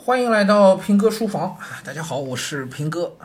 欢迎来到平哥书房，大家好，我是平哥。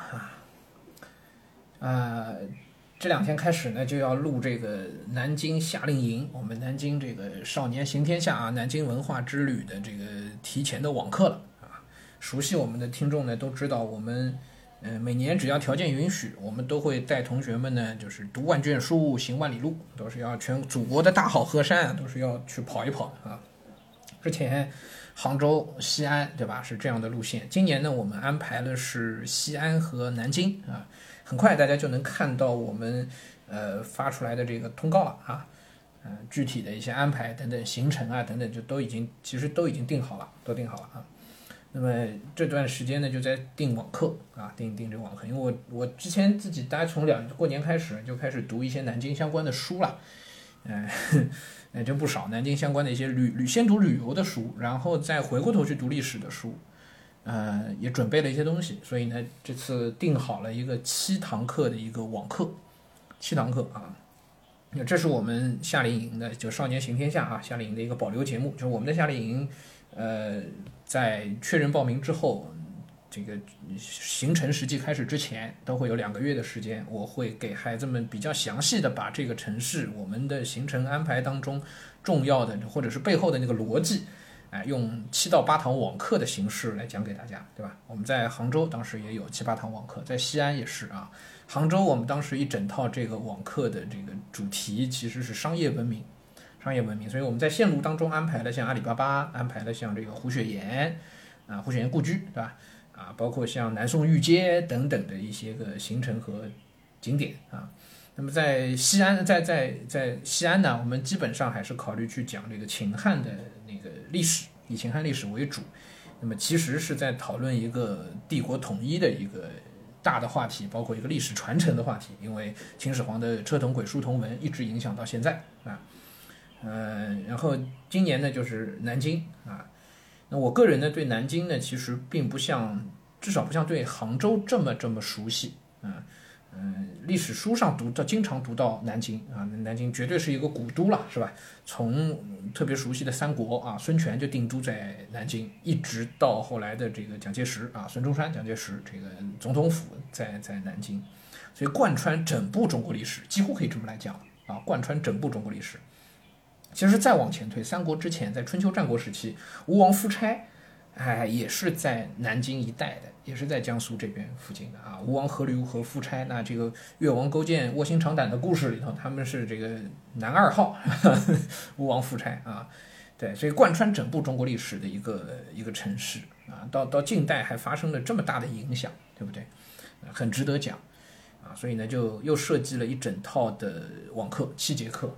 这两天开始呢，就要录这个南京夏令营，我们南京这个少年行天下南京文化之旅的这个提前的网课了熟悉我们的听众呢都知道，我们每年只要条件允许，我们都会带同学们呢，就是读万卷书，行万里路，都是要全祖国的大好河山都是要去跑一跑之前杭州、西安，对吧？是这样的路线。今年呢，我们安排的是西安和南京很快大家就能看到我们发出来的这个通告了具体的一些安排等等行程等等就其实都已经定好了，那么这段时间呢，就在订网课订这个网课，因为我之前自己大家从过年开始就开始读一些南京相关的书了，真不少，南京相关的一些先读旅游的书，然后再回过头去读历史的书，也准备了一些东西，所以呢，这次定好了一个7堂课的一个网课，7堂课这是我们夏令营的，就少年行天下夏令营的一个保留节目，就是我们的夏令营，在确认报名之后，这个行程实际开始之前，都会有2个月的时间，我会给孩子们比较详细的把这个城市我们的行程安排当中重要的或者是背后的那个逻辑，用7到8堂网课的形式来讲给大家，对吧？我们在杭州当时也有7、8堂网课，在西安也是杭州我们当时一整套这个网课的这个主题其实是商业文明，所以我们在线路当中安排了像阿里巴巴，安排了像这个胡雪岩故居，对吧？包括像南宋御街等等的一些个行程和景点那么在西安，在西安呢，我们基本上还是考虑去讲这个秦汉的那个历史，以秦汉历史为主。那么其实是在讨论一个帝国统一的一个大的话题，包括一个历史传承的话题，因为秦始皇的车同轨、书同文一直影响到现在然后今年呢就是南京那我个人呢对南京呢其实并不像，至少不像对杭州这么熟悉历史书上经常读到南京南京绝对是一个古都了，是吧？从特别熟悉的三国孙权就定都在南京，一直到后来的这个蒋介石孙中山、蒋介石这个总统府在南京，所以贯穿整部中国历史，几乎可以这么来讲贯穿整部中国历史。其实再往前推，三国之前，在春秋战国时期，吴王夫差也是在南京一带的，也是在江苏这边附近的吴王阖闾和夫差，那这个越王勾践卧薪尝胆的故事里头，他们是这个男2号吴王夫差对，所以贯穿整部中国历史的一个城市到近代还发生了这么大的影响，对不对？很值得讲所以呢，就又设计了一整套的网课，7节课。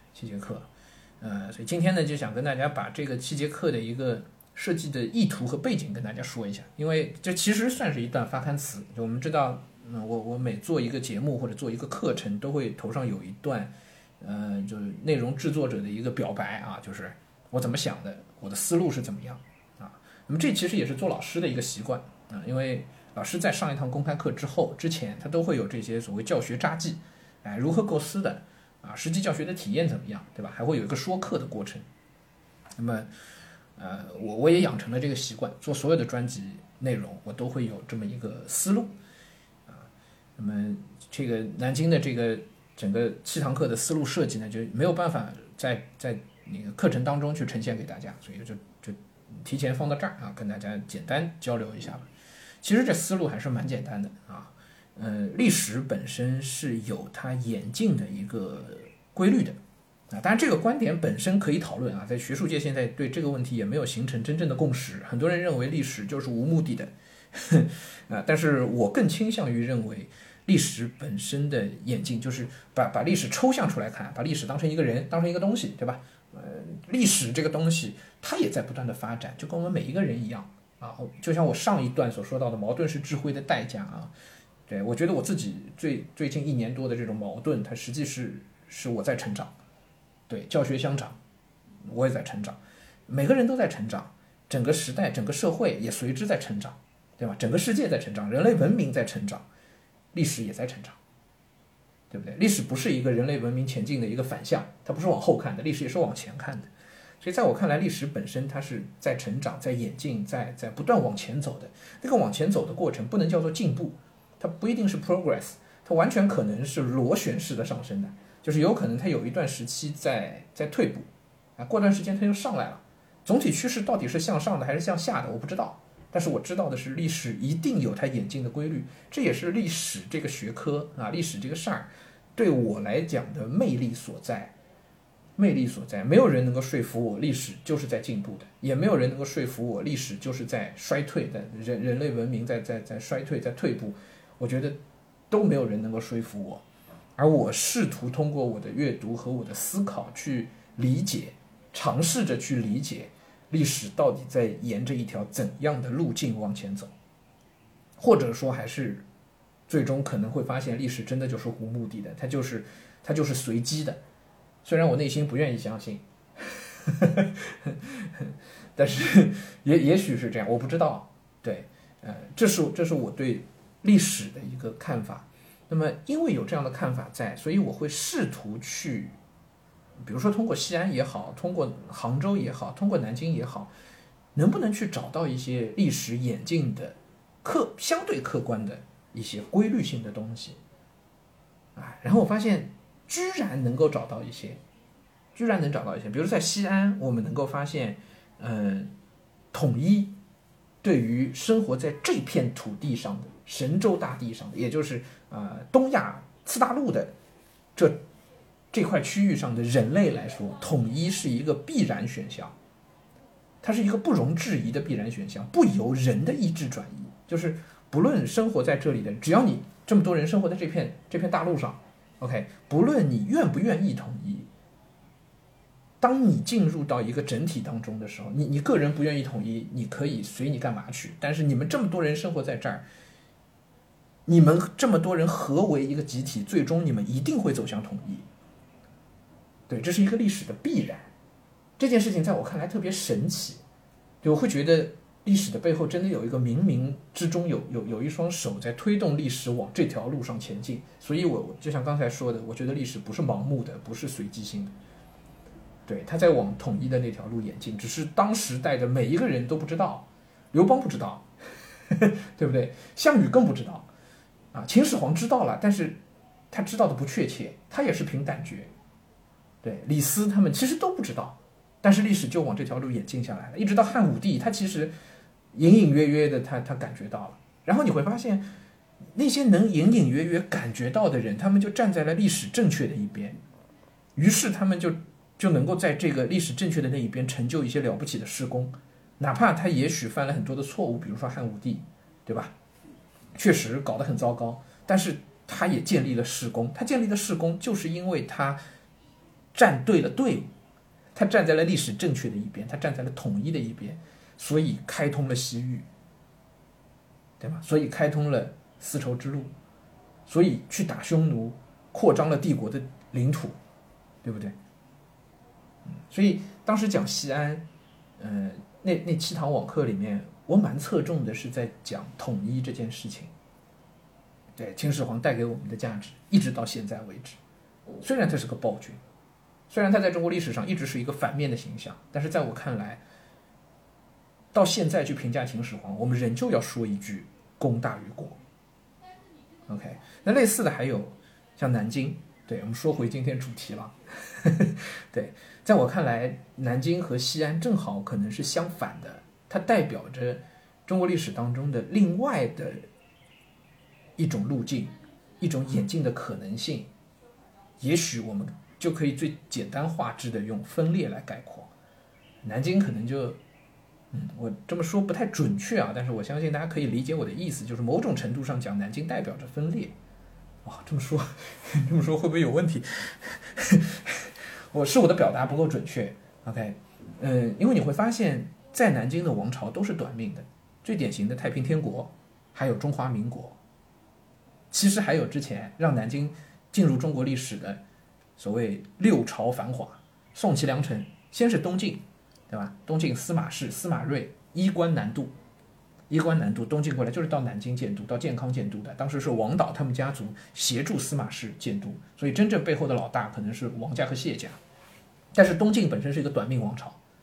所以今天呢，就想跟大家把这个7节课的一个设计的意图和背景跟大家说一下，因为这其实算是一段发刊词。就我们知道，我每做一个节目或者做一个课程，都会头上有一段，就是内容制作者的一个表白就是我怎么想的，我的思路是怎么样那么这其实也是做老师的一个习惯因为老师在上一堂公开课之前，他都会有这些所谓教学札记，如何构思的。实际教学的体验怎么样，对吧？还会有一个说课的过程。那么，我也养成了这个习惯，做所有的专辑内容，我都会有这么一个思路那么，这个南京的这个整个7堂课的思路设计呢，就没有办法在那个课程当中去呈现给大家，所以就提前放到这儿跟大家简单交流一下吧。其实这思路还是蛮简单的历史本身是有它演进的一个规律的当然这个观点本身可以讨论在学术界现在对这个问题也没有形成真正的共识，很多人认为历史就是无目的的但是我更倾向于认为历史本身的演进就是把历史抽象出来看，把历史当成一个人，当成一个东西，对吧？历史这个东西它也在不断的发展，就跟我们每一个人一样就像我上一段所说到的，矛盾是智慧的代价对，我觉得我自己最近1年多的这种矛盾，它实际是我在成长，对，教学相长，我也在成长，每个人都在成长，整个时代、整个社会也随之在成长，对吧？整个世界在成长，人类文明在成长，历史也在成长，对不对？历史不是一个人类文明前进的一个反向，它不是往后看的，历史也是往前看的。 所以在我看来，历史本身它是在成长、在演进、在不断往前走的。这个往前走的过程不能叫做进步，它不一定是 progress， 它完全可能是螺旋式的上升的，就是有可能它有一段时期在退步，过段时间它又上来了。总体趋势到底是向上的还是向下的，我不知道。但是我知道的是，历史一定有它演进的规律，这也是历史这个学科历史这个事儿对我来讲的魅力所在。魅力所在，没有人能够说服我历史就是在进步的，也没有人能够说服我历史就是在衰退的，人类文明在衰退，在退步，我觉得都没有人能够说服我。而我试图通过我的阅读和我的思考去理解，尝试着去理解历史到底在沿着一条怎样的路径往前走，或者说还是最终可能会发现历史真的就是无目的的，它就是随机的。虽然我内心不愿意相信但是也许是这样，我不知道。对，这是我对历史的一个看法。那么因为有这样的看法在，所以我会试图去，比如说通过西安也好，通过杭州也好，通过南京也好，能不能去找到一些历史演进的相对客观的一些规律性的东西然后我发现居然能找到一些，比如在西安，我们能够发现，统一对于生活在这片土地上的神州大地上的，也就是东亚次大陆的这块区域上的人类来说，统一是一个必然选项，它是一个不容置疑的必然选项，不由人的意志转移。就是不论生活在这里的，只要你这么多人生活在这片大陆上。OK， 不论你愿不愿意统一，当你进入到一个整体当中的时候，你个人不愿意统一，你可以随你干嘛去，但是你们这么多人生活在这儿，你们这么多人合为一个集体，最终你们一定会走向统一。对，这是一个历史的必然。这件事情在我看来特别神奇，我会觉得历史的背后真的有一个冥冥之中有一双手在推动历史往这条路上前进。所以我就像刚才说的，我觉得历史不是盲目的，不是随机性的，对，他在往统一的那条路演进，只是当时代的每一个人都不知道，刘邦不知道对不对？项羽更不知道秦始皇知道了，但是他知道的不确切，他也是凭感觉。对，李斯他们其实都不知道，但是历史就往这条路演进下来了，一直到汉武帝，他其实隐隐约约的他感觉到了。然后你会发现，那些能隐隐约约感觉到的人，他们就站在了历史正确的一边，于是他们就能够在这个历史正确的那一边成就一些了不起的事功，哪怕他也许犯了很多的错误，比如说汉武帝，对吧？确实搞得很糟糕，但是他也建立了事功。他建立的事功就是因为他站对了队伍，他站在了历史正确的一边，他站在了统一的一边，所以开通了西域，对吧？所以开通了丝绸之路，所以去打匈奴，扩张了帝国的领土，对不对？所以当时讲西安，那7堂网课里面，我蛮侧重的是在讲统一这件事情。对，秦始皇带给我们的价值，一直到现在为止，虽然他是个暴君，虽然他在中国历史上一直是一个反面的形象，但是在我看来，到现在去评价秦始皇，我们仍旧要说一句功大于过。OK， 那类似的还有像南京。对，我们说回今天主题了对，在我看来，南京和西安正好可能是相反的，它代表着中国历史当中的另外的一种路径，一种演进的可能性。也许我们就可以最简单化之的用分裂来概括。南京可能就我这么说不太准确但是我相信大家可以理解我的意思，就是某种程度上讲，南京代表着分裂。哇，这么说会不会有问题？我的表达不够准确。OK， 因为你会发现在南京的王朝都是短命的，最典型的太平天国，还有中华民国。其实还有之前让南京进入中国历史的所谓六朝繁华，宋齐梁陈，先是东晋，对吧？东晋司马氏、司马睿、衣冠南渡，东晋过来就是到南京建都，到建康建都的。当时是王导他们家族协助司马氏建都，所以真正背后的老大可能是王家和谢家。但是东晋本身是一个短命王朝，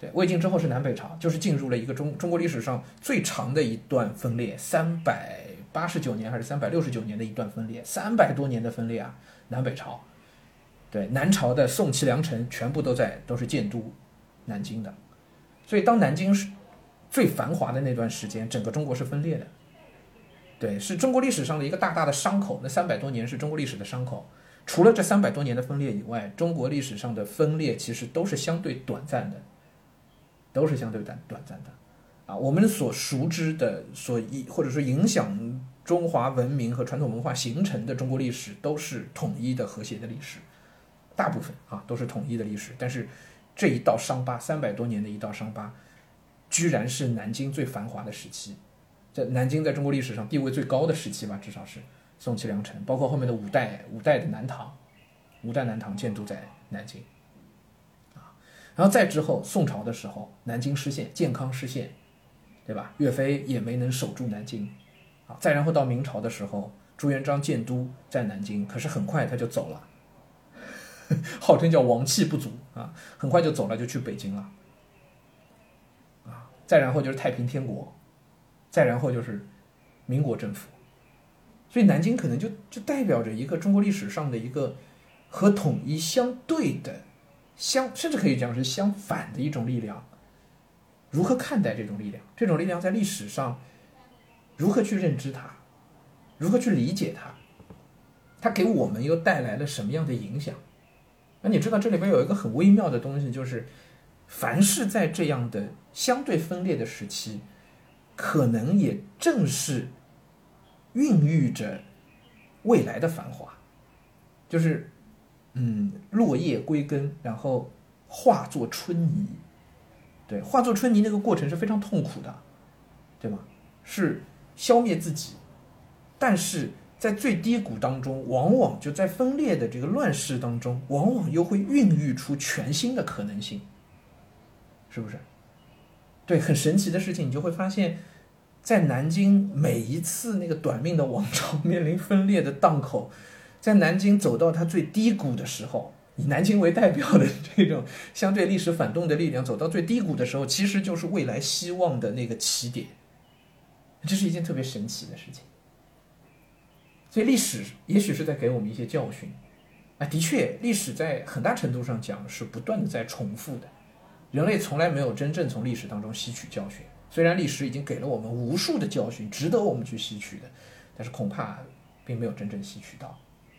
对，魏晋之后是南北朝，就是进入了一个中国历史上最长的一段分裂，389年还是369年的一段分裂，300多年的分裂啊，南北朝。对，南朝的宋齐梁陈全部都是建都南京的，所以当南京是最繁华的那段时间，整个中国是分裂的。对，是中国历史上的一个大大的伤口。那300多年是中国历史的伤口。除了这300多年的分裂以外，中国历史上的分裂其实都是相对短暂的，都是相对短暂的啊。我们所熟知的，或者说影响中华文明和传统文化形成的中国历史，都是统一的和谐的历史，大部分啊都是统一的历史。但是这一道伤疤，300多年的一道伤疤，居然是南京最繁华的时期。在南京在中国历史上地位最高的时期吧，至少是宋齐梁陈，包括后面的五代的南唐建都在南京啊。然后再之后宋朝的时候，南京失陷，建康失陷，对吧？岳飞也没能守住南京啊。再然后到明朝的时候，朱元璋建都在南京，可是很快他就走了，号称叫王气不足啊，很快就走了，就去北京了啊。再然后就是太平天国，再然后就是民国政府。所以南京可能就代表着一个中国历史上的一个和统一相对的，甚至可以讲是相反的一种力量。如何看待这种力量？这种力量在历史上如何去认知它？如何去理解它？它给我们又带来了什么样的影响？那你知道这里边有一个很微妙的东西，就是凡是在这样的相对分裂的时期，可能也正是孕育着未来的繁华，就是落叶归根，然后化作春泥。对，化作春泥那个过程是非常痛苦的，对吗？是消灭自己，但是在最低谷当中，往往就在分裂的这个乱世当中，往往又会孕育出全新的可能性，是不是？对，很神奇的事情，你就会发现在南京每一次那个短命的王朝面临分裂的档口，在南京走到它最低谷的时候，以南京为代表的这种相对历史反动的力量走到最低谷的时候，其实就是未来希望的那个起点。这是一件特别神奇的事情。所以历史也许是在给我们一些教训啊，的确历史在很大程度上讲是不断的在重复的，人类从来没有真正从历史当中吸取教训。虽然历史已经给了我们无数的教训，值得我们去吸取的，但是恐怕并没有真正吸取到。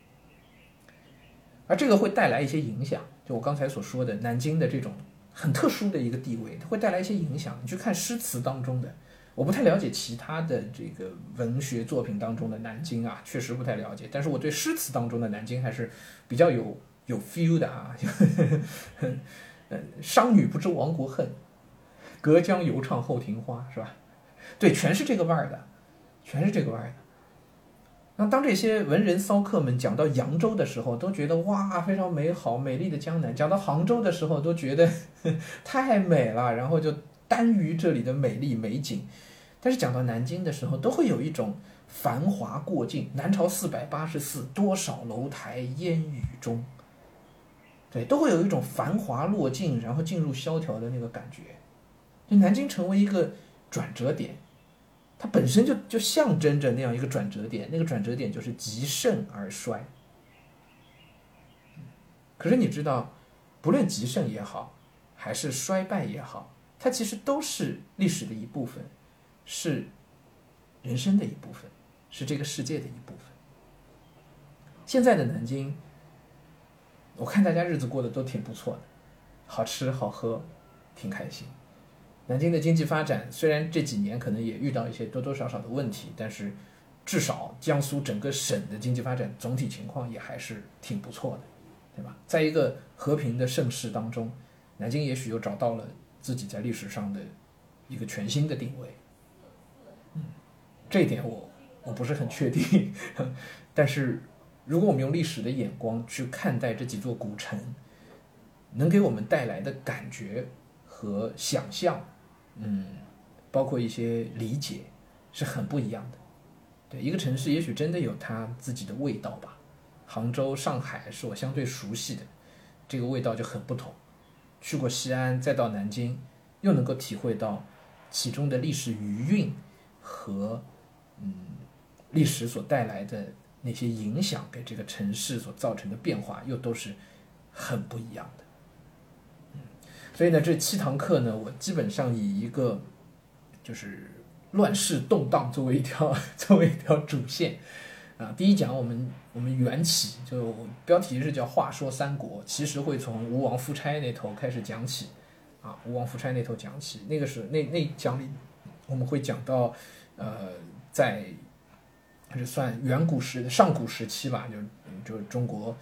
而这个会带来一些影响，就我刚才所说的南京的这种很特殊的一个地位，它会带来一些影响。你去看诗词当中的，我不太了解其他的这个文学作品当中的南京啊，确实不太了解，但是我对诗词当中的南京还是比较有 feel 的啊。商女不知亡国恨，隔江犹唱后庭花，是吧？对，全是这个味儿的，全是这个味儿的。那当这些文人骚客们讲到扬州的时候，都觉得哇，非常美好美丽的江南；讲到杭州的时候，都觉得太美了，然后就耽于这里的美丽美景。但是讲到南京的时候，都会有一种繁华过尽，南朝484，多少楼台烟雨中。对，都会有一种繁华落尽，然后进入萧条的那个感觉。就南京成为一个转折点，它本身就象征着那样一个转折点，那个转折点就是极盛而衰。可是你知道，不论极盛也好，还是衰败也好，它其实都是历史的一部分，是人生的一部分，是这个世界的一部分。现在的南京，我看大家日子过得都挺不错的，好吃好喝，挺开心。南京的经济发展虽然这几年可能也遇到一些多多少少的问题，但是至少江苏整个省的经济发展总体情况也还是挺不错的，对吧？在一个和平的盛世当中，南京也许又找到了自己在历史上的一个全新的定位。这一点我不是很确定，但是如果我们用历史的眼光去看待这几座古城，能给我们带来的感觉和想象，包括一些理解，是很不一样的。对，一个城市也许真的有它自己的味道吧。杭州、上海是我相对熟悉的，这个味道就很不同。去过西安，再到南京， 又能够体会到其中的历史余韵和历史所带来的那些影响给这个城市所造成的变化，又都是很不一样的。所以呢，这7堂课呢，我基本上以一个就是乱世动荡作为一条主线啊。第一讲我们缘起，就标题是叫话说三国，其实会从吴王夫差那头开始讲起啊，吴王夫差那头讲起，那个是那讲里我们会讲到在是算远古时上古时期吧，就中国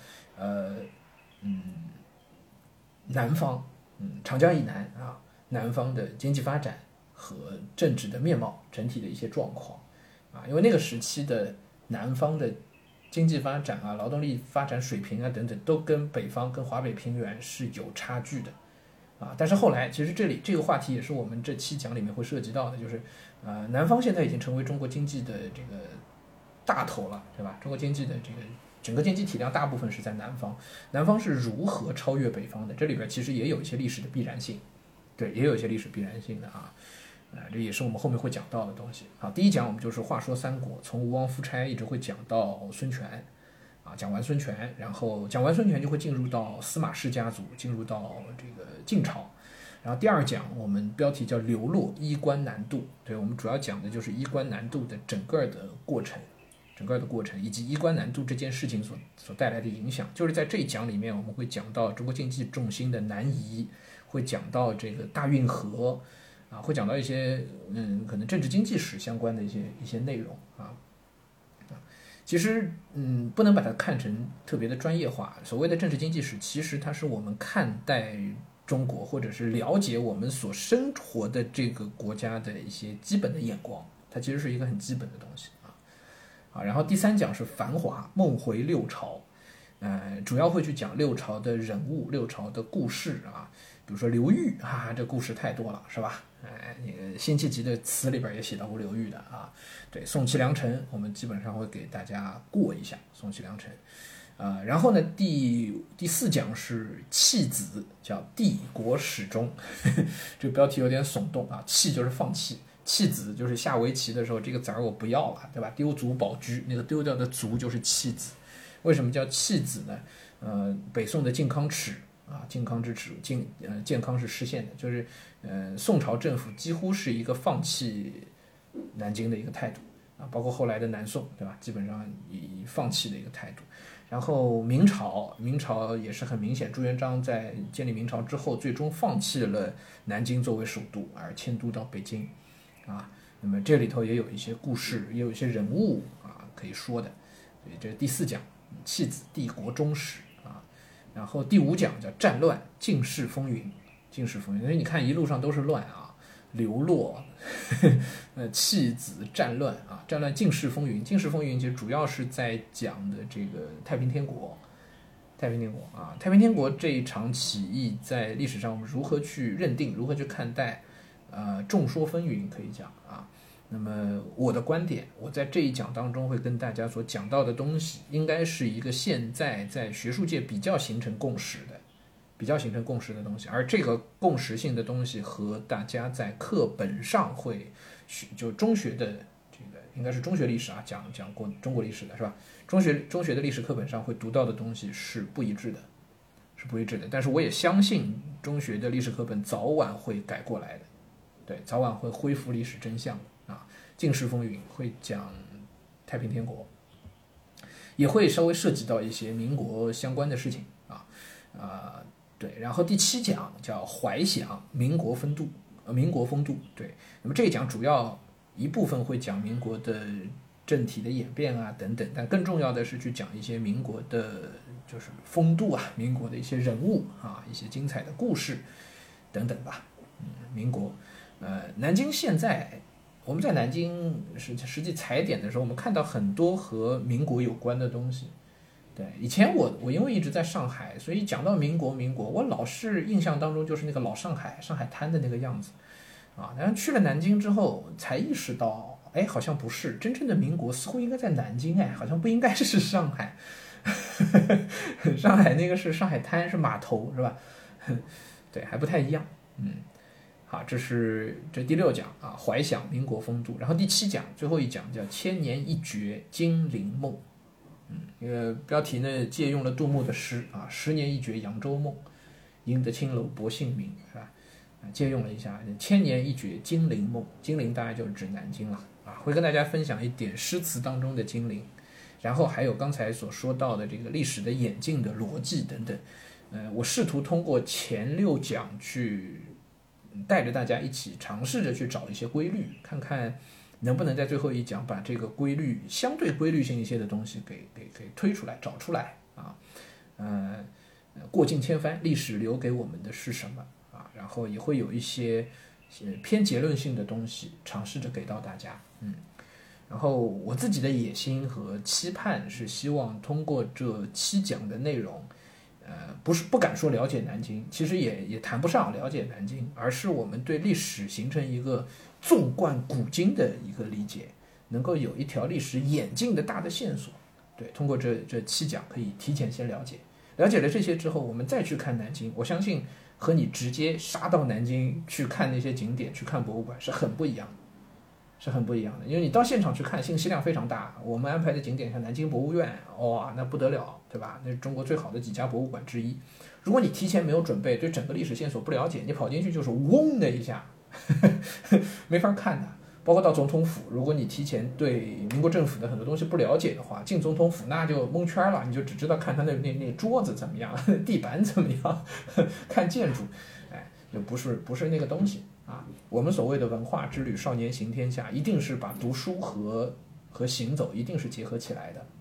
南方长江以南啊，南方的经济发展和政治的面貌整体的一些状况啊，因为那个时期的南方的经济发展啊、劳动力发展水平啊等等，都跟北方跟华北平原是有差距的啊。但是后来其实这个话题也是我们这期讲里面会涉及到的，就是南方现在已经成为中国经济的这个大头了，对吧？中国经济的这个整个经济体量大部分是在南方，南方是如何超越北方的？这里边其实也有一些历史的必然性，对，也有一些历史必然性的啊，这也是我们后面会讲到的东西。好，第一讲我们就是话说三国，从吴王夫差一直会讲到孙权，啊，讲完孙权，然后讲完孙权就会进入到司马氏家族，进入到这个晋朝。然后第二讲我们标题叫流落衣冠南渡，对，我们主要讲的就是衣冠南渡的整个的过程。以及衣冠南渡这件事情所带来的影响，就是在这一讲里面，我们会讲到中国经济重心的南移，会讲到这个大运河啊，会讲到一些可能政治经济史相关的一些内容啊。其实不能把它看成特别的专业化。所谓的政治经济史，其实它是我们看待中国或者是了解我们所生活的这个国家的一些基本的眼光，它其实是一个很基本的东西。然后第三讲是繁华梦回六朝，主要会去讲六朝的人物、六朝的故事啊，比如说刘裕啊，这故事太多了，是吧？那个辛弃疾的词里边也写到过刘裕的啊。对，宋齐梁陈，我们基本上会给大家过一下宋齐梁陈。然后呢，第4讲是弃子，叫帝国始终，这个标题有点耸动啊，弃就是放弃。弃子就是下围棋的时候，这个子儿我不要了，对吧？丢卒保车，那个丢掉的卒就是弃子。为什么叫弃子呢？北宋的靖康耻啊，靖康之耻，健康是失陷的，就是宋朝政府几乎是一个放弃南京的一个态度啊，包括后来的南宋，对吧？基本上以放弃的一个态度。然后明朝也是很明显，朱元璋在建立明朝之后，最终放弃了南京作为首都，而迁都到北京。那么这里头也有一些故事，也有一些人物啊可以说的，所以这是第4讲弃子帝国终始啊。然后第5讲叫战乱尽世风云，所以你看一路上都是乱啊，流落弃子战乱啊，战乱尽世风云。尽世风云其实主要是在讲的这个太平天国啊，太平天国这一场起义在历史上我们如何去认定，如何去看待？众说纷纭可以讲啊。那么我的观点，我在这一讲当中会跟大家所讲到的东西，应该是一个现在在学术界比较形成共识的东西，而这个共识性的东西和大家在课本上会就中学的这个应该是中学历史啊，讲过中国历史的是吧？中学的历史课本上会读到的东西是不一致的。但是我也相信中学的历史课本早晚会改过来的。对，早晚会恢复历史真相的啊！尽世风云会讲太平天国，也会稍微涉及到一些民国相关的事情啊。对，然后第7讲叫怀想民国风度，对，那么这一讲主要一部分会讲民国的政体的演变啊等等，但更重要的是去讲一些民国的就是风度啊，民国的一些人物啊，一些精彩的故事等等吧。民国。南京现在我们在南京实际踩点的时候，我们看到很多和民国有关的东西。对，以前我因为一直在上海，所以讲到民国，我老是印象当中就是那个老上海滩的那个样子啊。然后去了南京之后，才意识到，好像不是真正的民国，似乎应该在南京，好像不应该是上海。上海那个是上海滩，是码头，是吧？对，还不太一样。 好，这第6讲啊，怀想民国风度。然后第7讲最后一讲叫千年一绝金陵梦。这个标题呢借用了杜牧的诗啊，10年一绝扬州梦，赢得青楼薄幸名，是吧？借用了一下千年一绝金陵梦，金陵大概就是指南京了啊。会跟大家分享一点诗词当中的金陵，然后还有刚才所说到的这个历史的演进的逻辑等等。我试图通过前6讲去带着大家一起尝试着去找一些规律，看看能不能在最后一讲把这个规律相对规律性一些的东西给推出来找出来啊。过尽千帆，历史留给我们的是什么啊？然后也会有一些偏结论性的东西尝试着给到大家。然后我自己的野心和期盼是希望通过这7讲的内容，不敢说了解南京，其实也谈不上了解南京，而是我们对历史形成一个纵贯古今的一个理解，能够有一条历史演进的大的线索。对，通过这7讲可以提前先了解了这些之后，我们再去看南京，我相信和你直接杀到南京去看那些景点去看博物馆是很不一样的。因为你到现场去看，信息量非常大。我们安排的景点像南京博物院，哇，那不得了，对吧？那是中国最好的几家博物馆之一。如果你提前没有准备，对整个历史线索不了解，你跑进去就是嗡的一下，没法看的。包括到总统府，如果你提前对民国政府的很多东西不了解的话，进总统府那就蒙圈了，你就只知道看他那桌子怎么样，地板怎么样，看建筑，就不是那个东西。我们所谓的文化之旅少年行天下，一定是把读书和行走一定是结合起来的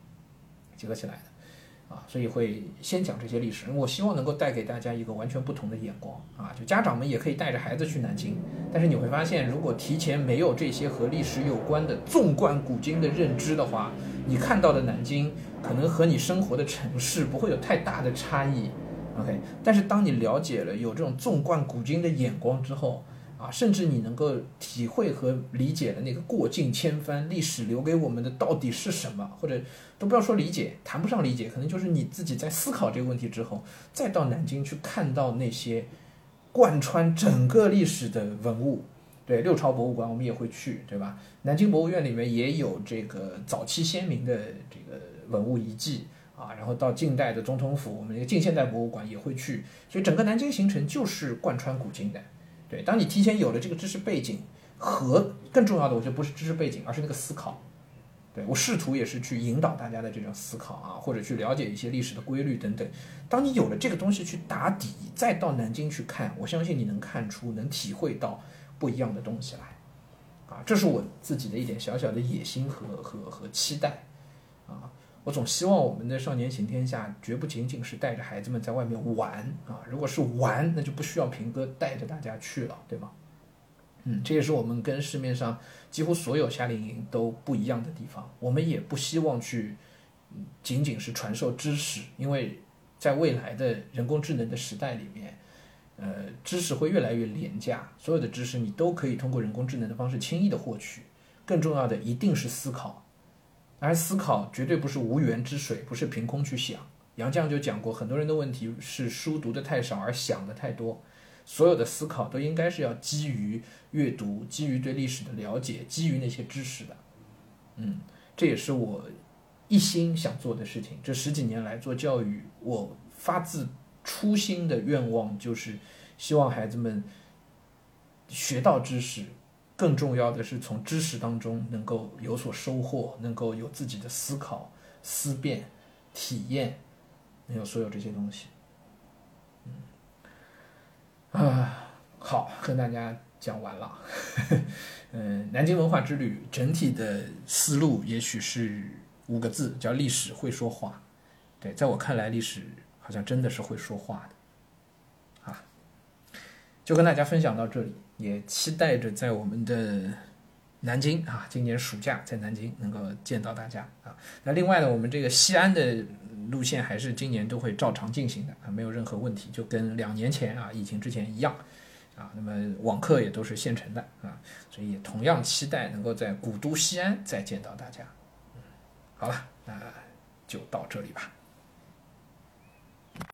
所以会先讲这些历史。我希望能够带给大家一个完全不同的眼光就家长们也可以带着孩子去南京，但是你会发现，如果提前没有这些和历史有关的纵贯古今的认知的话，你看到的南京可能和你生活的城市不会有太大的差异。OK， 但是当你了解了有这种纵贯古今的眼光之后甚至你能够体会和理解了那个过尽千帆，历史留给我们的到底是什么，或者都不要说理解，谈不上理解，可能就是你自己在思考这个问题之后，再到南京去看到那些贯穿整个历史的文物。对，6朝博物馆我们也会去，对吧？南京博物院里面也有这个早期先民的这个文物遗迹然后到近代的总统府，我们这个近现代博物馆也会去，所以整个南京行程就是贯穿古今的。对，当你提前有了这个知识背景，和更重要的，我觉得不是知识背景，而是那个思考。对，我试图也是去引导大家的这种思考或者去了解一些历史的规律等等。当你有了这个东西去打底，再到南京去看，我相信你能看出、能体会到不一样的东西来。这是我自己的一点小小的野心和期待。我总希望我们的少年行天下绝不仅仅是带着孩子们在外面玩如果是玩，那就不需要平哥带着大家去了，对吗？这也是我们跟市面上几乎所有夏令营都不一样的地方。我们也不希望去仅仅是传授知识，因为在未来的人工智能的时代里面，知识会越来越廉价，所有的知识你都可以通过人工智能的方式轻易的获取。更重要的一定是思考。而思考绝对不是无源之水，不是凭空去想。杨绛就讲过，很多人的问题是书读的太少而想的太多。所有的思考都应该是要基于阅读，基于对历史的了解，基于那些知识的。这也是我一心想做的事情。这10几年来做教育，我发自初心的愿望就是希望孩子们学到知识，更重要的是从知识当中能够有所收获，能够有自己的思考、思辨、体验，能有所有这些东西。好，跟大家讲完了。南京文化之旅整体的思路也许是5个字，叫历史会说话。对，在我看来，历史好像真的是会说话的。就跟大家分享到这里，也期待着在我们的南京今年暑假在南京能够见到大家那另外呢，我们这个西安的路线还是今年都会照常进行的没有任何问题，就跟2年前疫情之前一样那么网课也都是现成的所以也同样期待能够在古都西安再见到大家。好了，那就到这里吧。